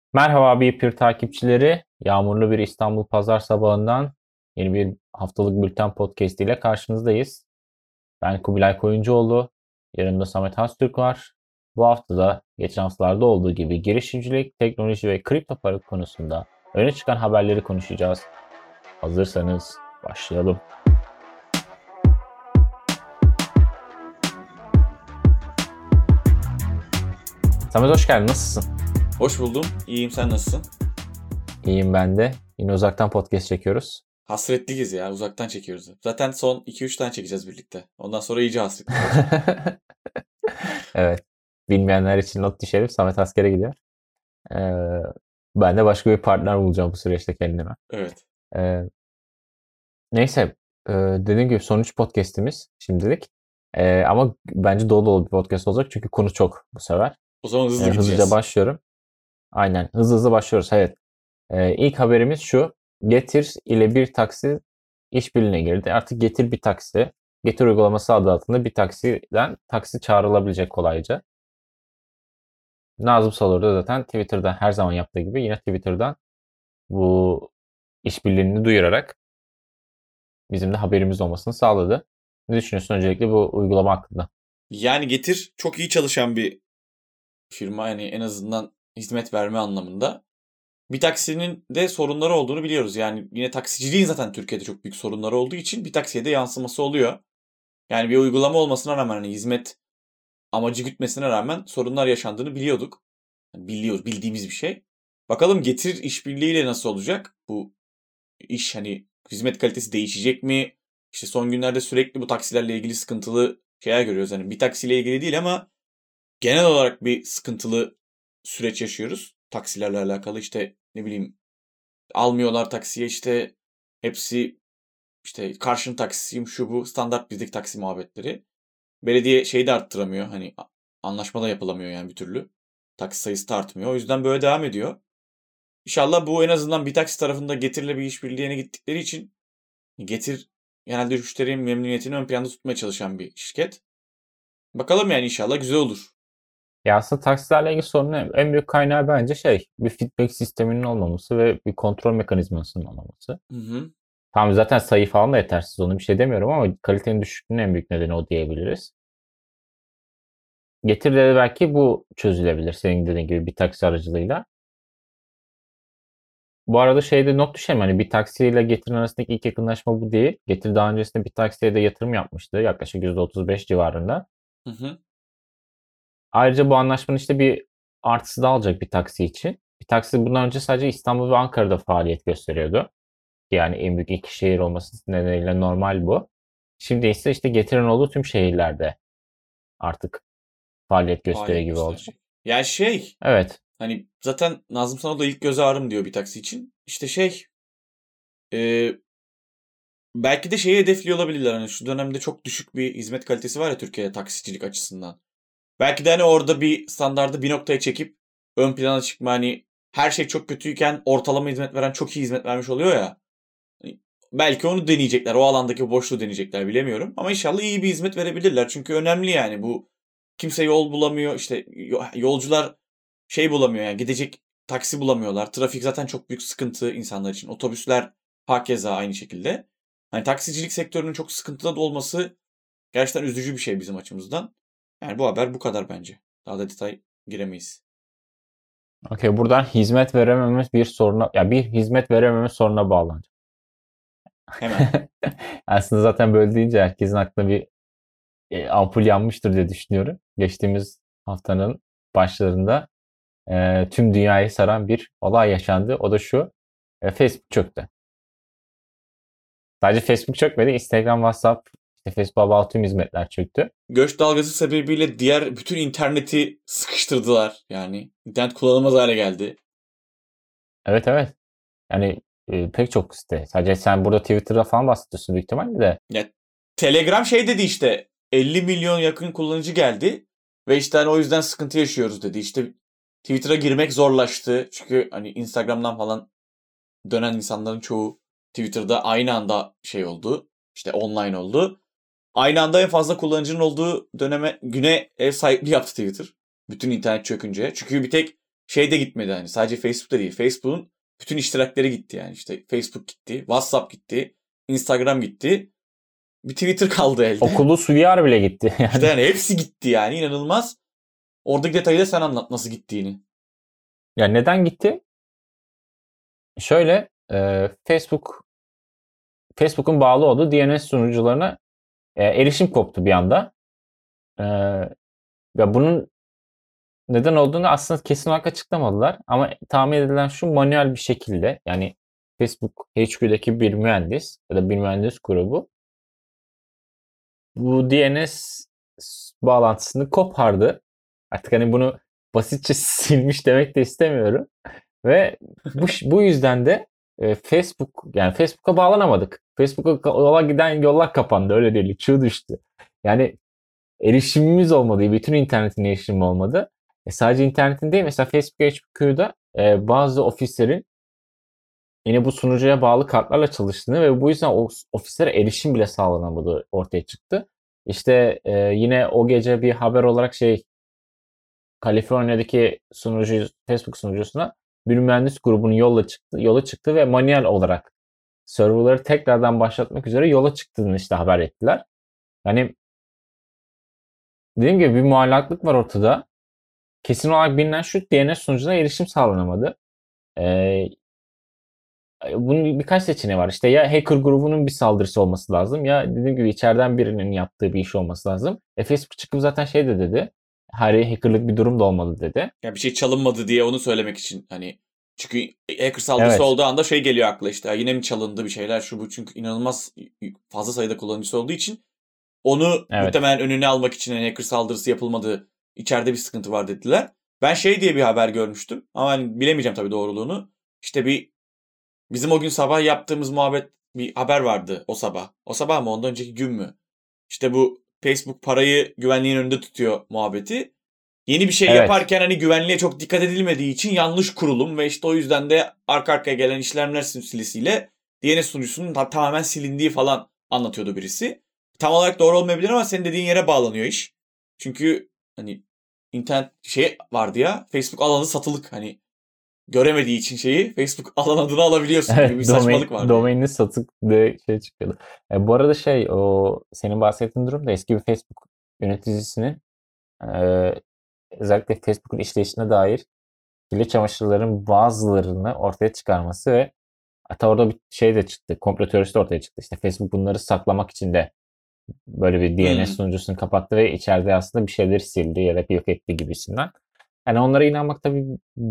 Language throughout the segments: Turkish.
Merhaba bir takipçileri. Yağmurlu bir İstanbul pazar sabahından yeni bir haftalık bülten podcast ile karşınızdayız. Ben Kubilay Koyuncuoğlu. Yanımda Samet Haztürk var. Bu hafta da geçen haftalarda olduğu gibi girişimcilik, teknoloji ve kripto para konusunda öne çıkan haberleri konuşacağız. Hazırsanız başlayalım. Samet hoş geldin. Nasılsın? Hoş buldum. İyiyim. Sen nasılsın? İyiyim ben de. Yine uzaktan podcast çekiyoruz. Hasretliyiz ya. Uzaktan çekiyoruz. Zaten son 2-3 tane çekeceğiz birlikte. Ondan sonra iyice hasretlik olacak. Evet. Bilmeyenler için not düşelim. Samet askere gidiyor. Ee, Ben de başka bir partner bulacağım bu süreçte kendime. Evet. Ee, Neyse. Dediğim gibi son 3 podcast'imiz şimdilik. Ama bence dolu dolu bir podcast olacak çünkü konu çok bu sefer. O zaman hızlı Hızlıca gideceğiz. başlıyorum. Aynen. Hızlı başlıyoruz. Evet. İlk haberimiz şu. Getir ile bir taksi işbirliğine girdi. Artık Getir bir taksi. Getir uygulaması adı altında bir taksiden taksi çağrılabilecek kolayca. Nazım Salur da zaten Twitter'da her zaman yaptığı gibi yine Twitter'dan bu işbirliğini duyurarak bizim de haberimiz olmasını sağladı. Ne düşünüyorsun öncelikle bu uygulama hakkında? Yani Getir çok iyi çalışan bir firma. Yani en azından hizmet verme anlamında. Bir taksinin de sorunları olduğunu biliyoruz. Yani yine taksiciliğin zaten Türkiye'de çok büyük sorunları olduğu için bir taksiye de yansıması oluyor. Yani bir uygulama olmasına rağmen hani hizmet amacı gütmesine rağmen sorunlar yaşandığını biliyorduk. Yani biliyoruz, bildiğimiz bir şey. Bakalım Getir işbirliğiyle nasıl olacak? Bu iş hani hizmet kalitesi değişecek mi? İşte son günlerde sürekli bu taksilerle ilgili sıkıntılı şeyler görüyoruz. Hani bir taksiyle ilgili değil ama genel olarak bir sıkıntılı süreç yaşıyoruz. Taksilerle alakalı işte ne bileyim almıyorlar taksiye işte hepsi işte karşın taksiyim şu bu standart bizdeki taksi muhabbetleri. Belediye şeyi de arttıramıyor hani anlaşma da yapılamıyor yani bir türlü. Taksi sayısı da artmıyor. O yüzden böyle devam ediyor. İnşallah bu en azından bir taksi tarafında Getir'le bir işbirliğine gittikleri için Getir genelde müşterinin memnuniyetini ön planda tutmaya çalışan bir şirket. Bakalım yani inşallah güzel olur. Ya aslında taksilerle ilgili sorunun en büyük kaynağı bence bir feedback sisteminin olmaması ve bir kontrol mekanizmasının olmaması. Hı hı. Tamam zaten sayı falan da yetersiz onu bir şey demiyorum ama kalitenin düşüklüğünün en büyük nedeni o diyebiliriz. Getir'de de belki bu çözülebilir senin dediğin gibi bir taksi aracılığıyla. Bu arada not düşelim hani bir taksiyle Getir'in arasındaki ilk yakınlaşma bu değil. Getir daha öncesinde bir taksiye de yatırım yapmıştı yaklaşık %35 civarında. Hı hı. Ayrıca bu anlaşmanın işte bir artısı da alacak bir taksi için. Bir taksi bundan önce sadece İstanbul ve Ankara'da faaliyet gösteriyordu. Yani en büyük iki şehir olması nedeniyle normal bu. Şimdi ise işte Getir'in olduğu tüm şehirlerde artık faaliyet gösteriyor Faaliyet gibi olacak. gösterecek. Yani şey Evet. hani zaten Nazım sana da ilk göz ağrım diyor bir taksi için. İşte e, belki de şeyi hedefliyor olabilirler. Hani şu dönemde çok düşük bir hizmet kalitesi var ya Türkiye'de taksicilik açısından. Belki de hani orada bir standardı bir noktaya çekip ön plana çıkma hani her şey çok kötüyken ortalama hizmet veren çok iyi hizmet vermiş oluyor ya. Hani belki onu deneyecekler. O alandaki boşluğu deneyecekler bilemiyorum. Ama inşallah iyi bir hizmet verebilirler. Çünkü önemli yani bu kimse yol bulamıyor. İşte yolcular şey bulamıyor yani gidecek taksi bulamıyorlar. Trafik zaten çok büyük sıkıntı insanlar için. Otobüsler hakeza aynı şekilde. Hani taksicilik sektörünün çok sıkıntıda da olması gerçekten üzücü bir şey bizim açımızdan. Yani bu haber bu kadar bence. Daha da detay giremeyiz. Okey, buradan hizmet veremememiz bir soruna, ya bir hizmet veremememiz soruna bağlanacak. Hemen. Aslında zaten böyle deyince herkesin aklına bir ampul yanmıştır diye düşünüyorum. Geçtiğimiz haftanın başlarında tüm dünyayı saran bir olay yaşandı. O da şu. Facebook çöktü. Sadece Facebook çökmedi. Instagram, WhatsApp, işte Facebook'a bağlı tüm hizmetler çöktü. Göç dalgası sebebiyle diğer bütün interneti sıkıştırdılar. Yani internet kullanılmaz hale geldi. Evet evet. Yani pek çok site. Sadece sen burada Twitter'da falan bahsediyorsun büyük ihtimalle de. Ya Telegram şey dedi işte 50 milyon yakın kullanıcı geldi ve işte hani o yüzden sıkıntı yaşıyoruz dedi. İşte Twitter'a girmek zorlaştı. Çünkü hani Instagram'dan falan dönen insanların çoğu Twitter'da aynı anda şey oldu. İşte online oldu. Aynı anda en fazla kullanıcının olduğu güne ev sahipliği yaptı Twitter. Bütün internet çökünce. Çünkü bir tek şey de gitmedi hani sadece Facebook'ta değil. Facebook'un bütün iştirakleri gitti yani. İşte Facebook gitti, WhatsApp gitti, Instagram gitti. Bir Twitter kaldı elde. Oculus VR bile gitti yani. İşte yani hepsi gitti yani inanılmaz. Oradaki detayı da sen anlat nasıl gittiğini. Ya neden gitti? Şöyle Facebook'un bağlı olduğu DNS sunucularına erişim koptu bir anda. E, Ve bunun neden olduğunu aslında kesin olarak açıklamadılar. Ama tahmin edilen şu, manuel bir şekilde, yani Facebook HQ'daki bir mühendis ya da bir mühendis grubu bu DNS bağlantısını kopardı. Artık hani bunu basitçe silmiş demek de istemiyorum. Ve bu yüzden de Facebook'a bağlanamadık. Facebook'a yola giden yollar kapandı, öyle değil. Çığ düştü. Yani erişimimiz olmadı. Bütün internetin erişimi olmadı. Sadece internetin değil, mesela Facebook HQ'da bazı ofislerin yine bu sunucuya bağlı kartlarla çalıştığını ve bu yüzden o ofislere erişim bile sağlanamadığı ortaya çıktı. İşte yine o gece bir haber olarak Kaliforniya'daki Facebook sunucusuna bir mühendis grubunun yola çıktı ve manuel olarak serverları tekrardan başlatmak üzere yola çıktığını işte haber ettiler. Yani dediğim gibi bir muallaklık var ortada. Kesin olarak bilinen şu, DNS sunucuna erişim sağlanamadı. Bunun birkaç seçeneği var. İşte ya hacker grubunun bir saldırısı olması lazım, ya dediğim gibi içeriden birinin yaptığı bir iş olması lazım. Facebook çıkıp zaten şey de dedi. Hayır, hackerlık bir durum da olmadı dedi. Ya bir şey çalınmadı diye onu söylemek için hani çünkü hacker saldırısı Evet. olduğu anda şey geliyor akla işte yine mi çalındı bir şeyler şu bu çünkü inanılmaz fazla sayıda kullanıcısı olduğu için onu Evet. muhtemelen önüne almak için hani hacker saldırısı yapılmadı içeride bir sıkıntı var dediler. Ben şey diye bir haber görmüştüm ama hani bilemeyeceğim tabii doğruluğunu. İşte bizim o gün sabah yaptığımız muhabbet bir haber vardı o sabah. O sabah mı ondan önceki gün mü? İşte bu Facebook parayı güvenliğin önünde tutuyor muhabbeti. Yeni bir şey Evet. yaparken hani güvenliğe çok dikkat edilmediği için yanlış kurulum ve işte o yüzden de arka arkaya gelen işlemler silsilesiyle DNS sunucusunun tamamen silindiği falan anlatıyordu birisi. Tam olarak doğru olmayabilir ama senin dediğin yere bağlanıyor iş. Çünkü hani internet şey vardı ya, Facebook alanı satılık, hani göremediği için şeyi Facebook alan adını alabiliyorsun gibi bir Evet, saçmalık vardı. Yani. domaini satık diye şey çıkıyordu. Bu arada o senin bahsettiğin durum da eski bir Facebook yöneticisinin e, özellikle Facebook'un işleyişine dair kirli çamaşırların bazılarını ortaya çıkarması ve hatta orada bir şey de çıktı. Komplo teorisi de ortaya çıktı. İşte Facebook bunları saklamak için de böyle bir DNS sunucusunu kapattı ve içeride aslında bir şeyleri sildi ya da yok etti gibisinden. Yani onlara inanmak tabii,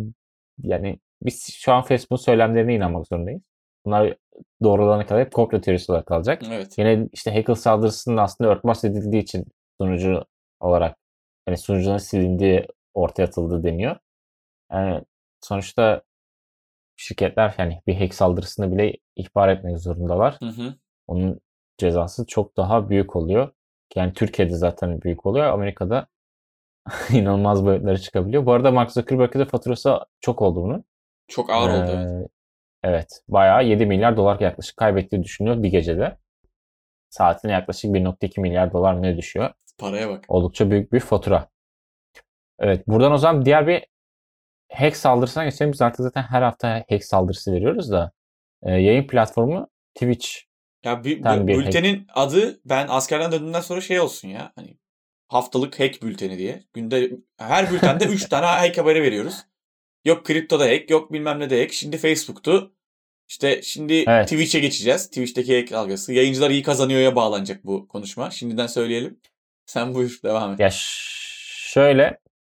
yani biz şu an Facebook'un söylemlerine inanmak zorundayız. Bunlar doğrulanana kadar hep komplo teorisi olarak kalacak. Evet. Yine işte hacker saldırısının aslında örtbas edildiği için sunucu olarak, yani sunucunun silindiği ortaya atıldı deniyor. Yani sonuçta şirketler yani bir hack saldırısını bile ihbar etmek zorundalar. Hı hı. Onun cezası çok daha büyük oluyor. Yani Türkiye'de zaten büyük oluyor. Amerika'da inanılmaz boyutları çıkabiliyor. Bu arada Mark Zuckerberg'e de faturası çok oldu bunun. Çok ağır oldu evet. Evet. Bayağı 7 milyar dolar yaklaşık kaybettiği düşünülüyor bir gecede. Saatine yaklaşık 1,2 milyar dolar ne düşüyor? Paraya bak. Oldukça büyük bir fatura. Evet. Buradan o zaman diğer bir hack saldırısına geçelim. Biz artık zaten her hafta hack saldırısı veriyoruz da. Yayın platformu Twitch. Ya bir bültenin adı ben askerden döndüğümden sonra şey olsun ya. Hani haftalık hack bülteni diye. Günde her bültende 3 tane hack haberi veriyoruz. Yok kriptoda hack, yok bilmem ne de hack. Şimdi Facebook'tu. İşte şimdi Evet. Twitch'e geçeceğiz. Twitch'teki hack dalgası. Yayıncılar iyi kazanıyor'ya bağlanacak bu konuşma. Şimdiden söyleyelim. Sen buyur devam et. Ya şöyle,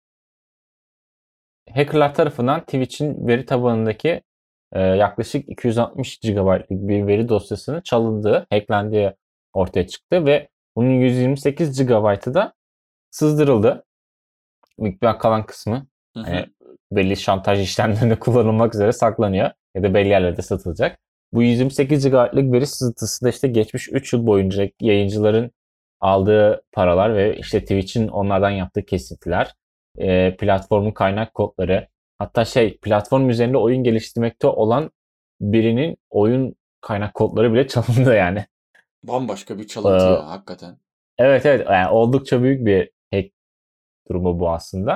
hackerlar tarafından Twitch'in veri tabanındaki yaklaşık 260 GB'lık bir veri dosyasının çalındığı, hacklendiği ortaya çıktı ve bunun 128 GB'ı da sızdırıldı. Büyük bir kalan kısmı yani belli şantaj işlemlerinde kullanılmak üzere saklanıyor ya da belli yerlerde satılacak. Bu 128 GB'lık veri sızıntısı da işte geçmiş 3 yıl boyunca yayıncıların aldığı paralar ve işte Twitch'in onlardan yaptığı kesintiler, platformun kaynak kodları, hatta platform üzerinde oyun geliştirmekte olan birinin oyun kaynak kodları bile çalındı yani. Bambaşka bir çalıntı ya hakikaten. Evet, yani oldukça büyük bir hack durumu bu aslında.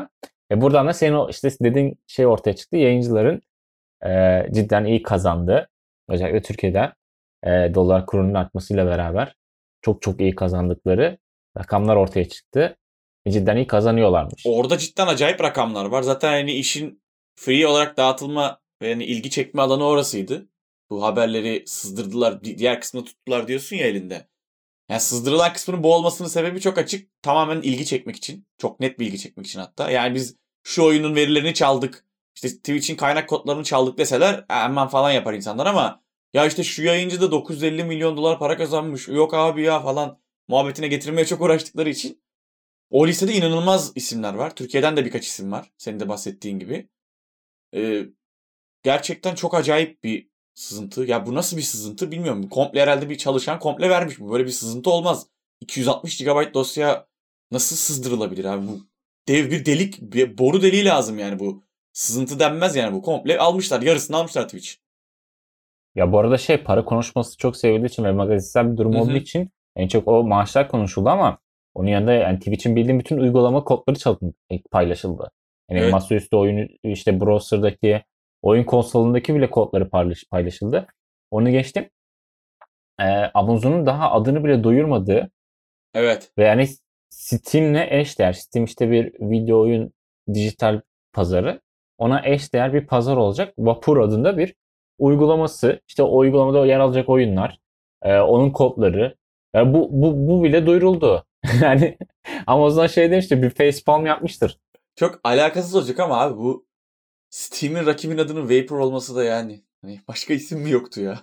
Buradan da senin o işte dediğin şey ortaya çıktı. Yayıncıların cidden iyi kazandı. Özellikle Türkiye'de dolar kurunun artmasıyla beraber çok çok iyi kazandıkları rakamlar ortaya çıktı. Cidden iyi kazanıyorlarmış. Orada cidden acayip rakamlar var. Zaten hani işin free olarak dağıtılma ve yani ilgi çekme alanı orasıydı. Bu haberleri sızdırdılar, diğer kısmını tuttular diyorsun ya elinde. Yani sızdırılan kısmının bu olmasının sebebi çok açık. Tamamen ilgi çekmek için. Çok net bir ilgi çekmek için hatta. Yani biz şu oyunun verilerini çaldık. İşte Twitch'in kaynak kodlarını çaldık deseler hemen falan yapar insanlar ama ya işte şu yayıncı da 950 milyon dolar para kazanmış. Yok abi ya falan muhabbetine getirmeye çok uğraştıkları için. O listede inanılmaz isimler var. Türkiye'den de birkaç isim var. Senin de bahsettiğin gibi. Ee, Gerçekten çok acayip bir sızıntı. Ya bu nasıl bir sızıntı bilmiyorum. Komple herhalde bir çalışan komple vermiş. Bu böyle bir sızıntı olmaz. 260 GB dosya nasıl sızdırılabilir abi? Bu dev bir delik, bir boru deliği lazım yani bu. Sızıntı denmez yani bu. Komple almışlar. Yarısını almışlar Twitch. Ya bu arada para konuşması çok sevildiği için ve magazinsel bir durum Hı olduğu hı. için en çok o maaşlar konuşuldu ama onun yanında yani Twitch'in bildiğim bütün uygulama kodları paylaşıldı. Yani Evet. masaüstü oyunu işte browser'daki oyun konsolundaki bile kodları paylaşıldı. Onu geçtim. Amazon'un daha adını bile duyurmadığı Evet. ve yani Steam'le eşdeğer. Steam işte bir video oyun dijital pazarı. Ona eşdeğer bir pazar olacak. Vapur adında bir uygulaması. İşte o uygulamada yer alacak oyunlar. Onun kodları. Yani bu bile duyuruldu. Yani Amazon demişti bir facepalm yapmıştır. Çok alakasız olacak ama abi bu Steam'in rakibin adının Vapor olması da yani. Hani başka isim mi yoktu ya?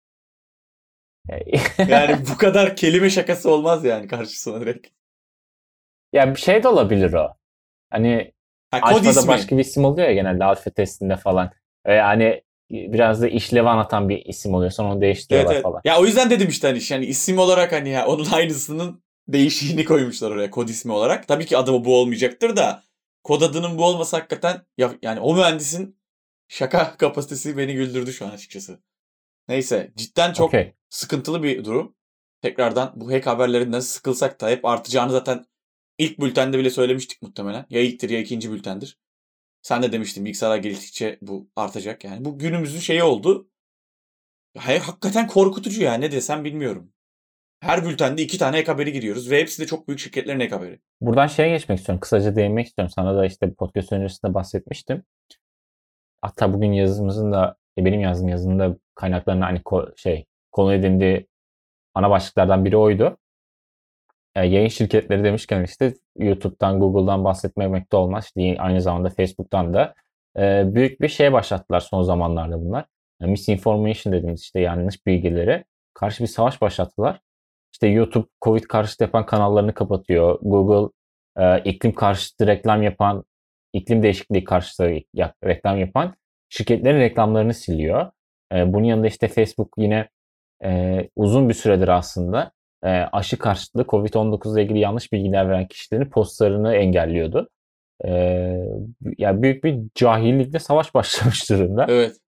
Yani bu kadar kelime şakası olmaz yani karşısına direkt. Ya bir de olabilir o. Hani Ha, kod alfada ismi. başka bir isim oluyor ya genelde alfa testinde falan. Hani biraz da işlevi anlatan bir isim oluyor. Sonra onu Evet, değiştiriyorlar evet. falan. Ya o yüzden dedim işte hani yani isim olarak hani ya onun aynısının değişiğini koymuşlar oraya kod ismi olarak. Tabii ki adı bu olmayacaktır da kod adının bu olması hakikaten ya, yani o mühendisin şaka kapasitesi beni güldürdü şu an açıkçası. Neyse cidden çok Okey. sıkıntılı bir durum. Tekrardan bu hack haberlerinden sıkılsak da hep artacağını zaten ilk bültende bile söylemiştik muhtemelen. Ya ilktir ya ikinci bültendir. Sen de demiştin bilgisayarlar geliştikçe bu artacak yani. Bu günümüzün şeyi oldu. Hakikaten korkutucu ya ne desem bilmiyorum. Her bültende 2 tane ek haberi giriyoruz ve hepsi de çok büyük şirketlerin ek haberi. Buradan geçmek istiyorum. Kısaca değinmek istiyorum. Sana da işte podcast öncesinde bahsetmiştim. Hatta bugün yazımızın da benim yazdığım yazında kaynaklarına hani konu edindiği ana başlıklardan biri oydu. Yayın şirketleri demişken işte YouTube'dan, Google'dan bahsetmemekte olmaz. İşte aynı zamanda Facebook'tan da büyük bir başlattılar son zamanlarda bunlar. Yani misinformation dediğimiz işte yanlış bilgileri karşı bir savaş başlattılar. İşte YouTube Covid karşıtı yapan kanallarını kapatıyor. Google iklim karşıtı reklam yapan, iklim değişikliği karşıtı reklam yapan şirketlerin reklamlarını siliyor. Bunun yanında işte Facebook yine uzun bir süredir aslında aşı karşıtı Covid-19 ile ilgili yanlış bilgiler veren kişilerin postlarını engelliyordu. E, Yani büyük bir cahillikle savaş başlamış durumda. Evet.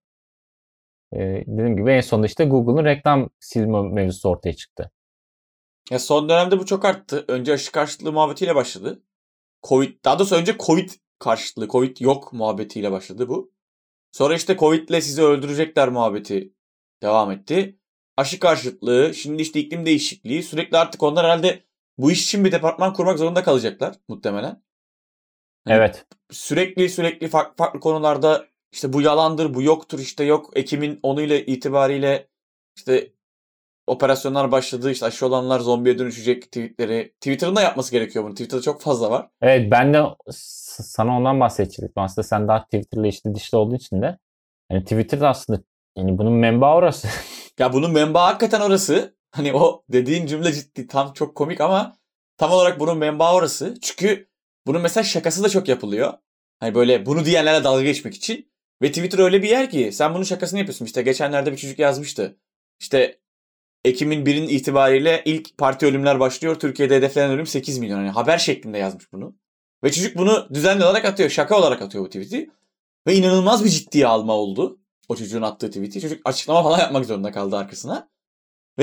Dediğim gibi en sonunda işte Google'ın reklam silme mevzusu ortaya çıktı. Ya son dönemde bu çok arttı. Önce aşı karşıtlığı muhabbetiyle başladı. Daha doğrusu önce Covid karşıtlığı, Covid yok muhabbetiyle başladı bu. Sonra işte Covid'le sizi öldürecekler muhabbeti devam etti. Aşı karşıtlığı, şimdi işte iklim değişikliği. Sürekli artık onlar herhalde bu iş için bir departman kurmak zorunda kalacaklar muhtemelen. Hani Evet. sürekli farklı konularda işte bu yalandır, bu yoktur, işte yok Ekim'in 10'u ile itibariyle işte operasyonlar başladı, işte aşı olanlar zombiye dönüşecek tweetleri. Twitter'ın da yapması gerekiyor bunu. Twitter'da çok fazla var. Evet, ben de sana ondan bahsedecektim. Aslında sen daha Twitter'la işte dişli olduğu için de yani Twitter'da aslında yani bunun menbaı orası. Ya bunun menbaı hakikaten orası. Hani o dediğin cümle ciddi tam çok komik ama tam olarak bunun menbaı orası. Çünkü bunun mesela şakası da çok yapılıyor. Hani böyle bunu diyenlerle dalga geçmek için. Ve Twitter öyle bir yer ki sen bunun şakasını yapıyorsun. İşte geçenlerde bir çocuk yazmıştı. İşte Ekim'in 1'in itibariyle ilk parti ölümler başlıyor. Türkiye'de hedeflenen ölüm 8 milyon. Hani haber şeklinde yazmış bunu. Ve çocuk bunu düzenli olarak atıyor. Şaka olarak atıyor bu tweet'i. Ve inanılmaz bir ciddiye alma oldu. O çocuğun attığı tweet'i. Çocuk açıklama falan yapmak zorunda kaldı arkasına. Ve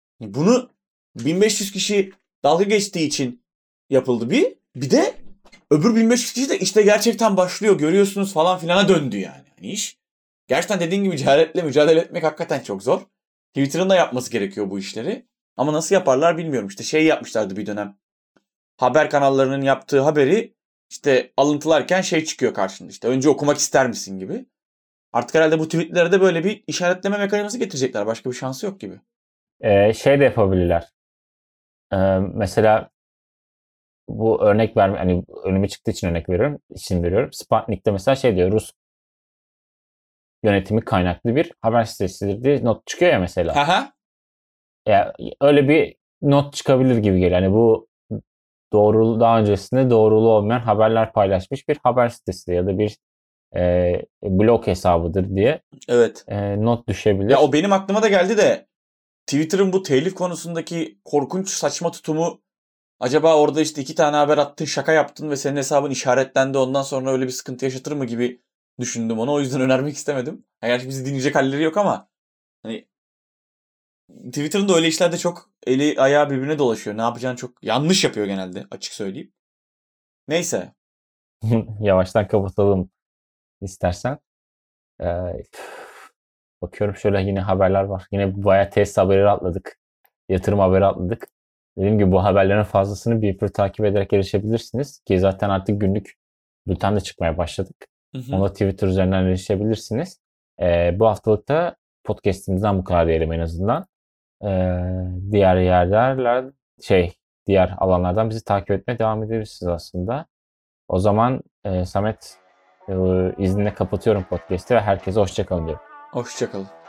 bunu 1500 kişi dalga geçtiği için yapıldı bir. Bir de Öbür 1500 kişi de işte gerçekten başlıyor görüyorsunuz falan filana döndü yani. Hani iş. Gerçekten dediğin gibi cehaletle mücadele etmek hakikaten çok zor. Twitter'ın da yapması gerekiyor bu işleri. Ama nasıl yaparlar bilmiyorum. İşte şey yapmışlardı bir dönem. Haber kanallarının yaptığı haberi işte alıntılarken şey çıkıyor karşında. İşte önce okumak ister misin gibi. Artık herhalde bu tweetlere de böyle bir işaretleme mekanizması getirecekler. Başka bir şansı yok gibi. Şey de yapabilirler. Mesela bu örnek verme, hani önüme çıktığı için örnek veriyorum, isim veriyorum. Sputnik'te mesela şey diyor, Rus yönetimi kaynaklı bir haber sitesidir diye not çıkıyor ya mesela. Haha. Ya öyle bir not çıkabilir gibi geliyor. Yani bu daha öncesinde doğruluğu olmayan haberler paylaşmış bir haber sitesi ya da bir blog hesabıdır diye Evet. not düşebilir. Ya o benim aklıma da geldi de Twitter'ın bu telif konusundaki korkunç saçma tutumu, acaba orada işte 2 tane haber attın, şaka yaptın ve senin hesabın işaretlendi, ondan sonra öyle bir sıkıntı yaşatır mı gibi düşündüm onu. O yüzden önermek istemedim. Gerçi bizi dinleyecek halleri yok ama hani Twitter'ın da öyle işlerde çok eli ayağı birbirine dolaşıyor. Ne yapacağını çok yanlış yapıyor genelde, açık söyleyeyim. Neyse. Yavaştan kapatalım istersen. Ee, Bakıyorum şöyle yine haberler var. Yine bayağı test haberi atladık. Yatırım haberi atladık. Dediğim gibi bu haberlerin fazlasını bir takip ederek erişebilirsiniz. Ki zaten artık günlük bülten de çıkmaya başladık. Ona Twitter üzerinden erişebilirsiniz. Bu haftalıkta podcastimizden bu kadar diyelim en azından. Diğer yerler diğer alanlardan bizi takip etmeye devam edebilirsiniz aslında. O zaman Samet izninle kapatıyorum podcast'i ve herkese hoşça kalın diyorum. Hoşça kalın.